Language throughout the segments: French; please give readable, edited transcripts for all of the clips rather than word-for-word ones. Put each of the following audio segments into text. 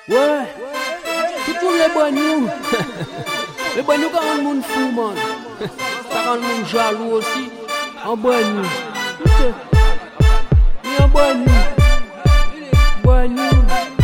Ouais, tout le monde est bon nous. Les bon nous quand on est fou, man. Ça rend le monde jaloux aussi. En bon nous. Il en bon nous. Bon nous.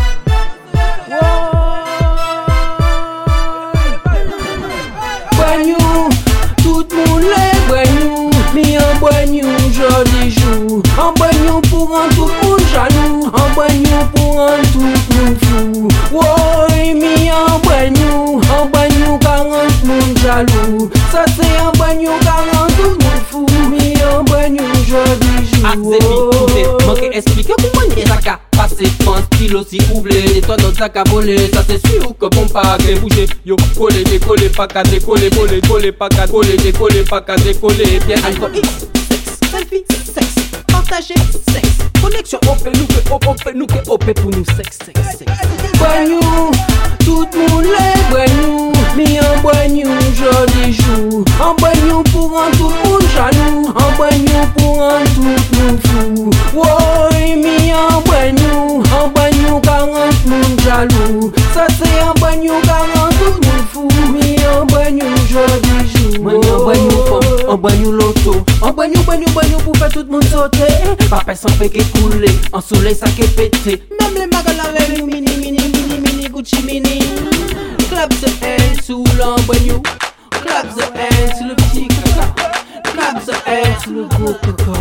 Bon nous. Tout le monde est bon nous. Mais en bon nous, joli jour. En bon nous pour rendre tout le monde jaloux. En bon nous pour rendre tout le monde fou. Ouais, mi en bagnou, car on monde jaloux. Ça c'est en bagnou, car on tout monde fou. Mi en bagnou, joli jour. Assez manque expliquer comment il y a qu'à passer. Mon style aussi oublé, et toi d'autres ça qu'à voler. Ça c'est sûr que bon pas qu'à bouger. Yo, coller, décoller, pas qu'à décoller. Voler, coller, pas qu'à coller, décoller, pas qu'à décoller. Bien, alcool, sexe, selfie, sexe, partager, sexe. Connexion, nous que op pour nous, sexe. Bagnou, tout le monde est bagnou. Mi en bagnou, joli jour. En bagnou pour rendre tout le monde jaloux. En bagnou pour rendre tout le monde fou. Ouais, mi en bagnou, car on monde jaloux. Ça c'est en bagnou, car on tout le monde fou. Mi en bagnou, joli jour. Man, en bagnou femme, en bagnou loto. En bagnou pour faire tout le monde sauter. Pas personne fait qu'est couler, en soleil ça qu'est pété. Même les magasins les mini Gucci mini. Clap the hands sous l'embagnou. Clap the hands sous le petit caca. Clap the hands sous le gros caca.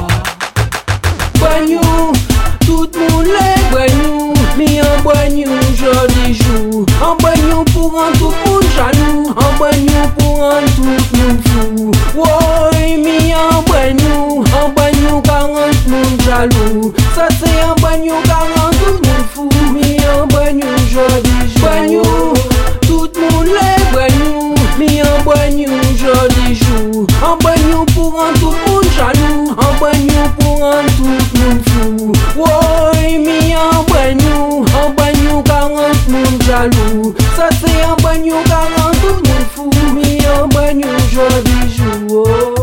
Bagnou, tout le monde est bagnou. Mi en bagnou, joli jour. En bagnou pour rendre tout le monde jaloux. En bagnou pour rendre tout le monde fou. Ouais, mi en bagnou, car on monde jaloux. Ça c'est en bagnou, car on tout le monde fou. Mi en bagnou, joli jour. Bagnou, tout le monde est bagnou. Mi en bagnou, joli jour. En bagnou pour rendre tout le monde jaloux. En bagnou pour rendre tout le monde fou. Ouais, mi en bagnou, car on monde jaloux. Ça c'est en bagnou, car on tout le monde fou. Mi en bagnou, joli jour.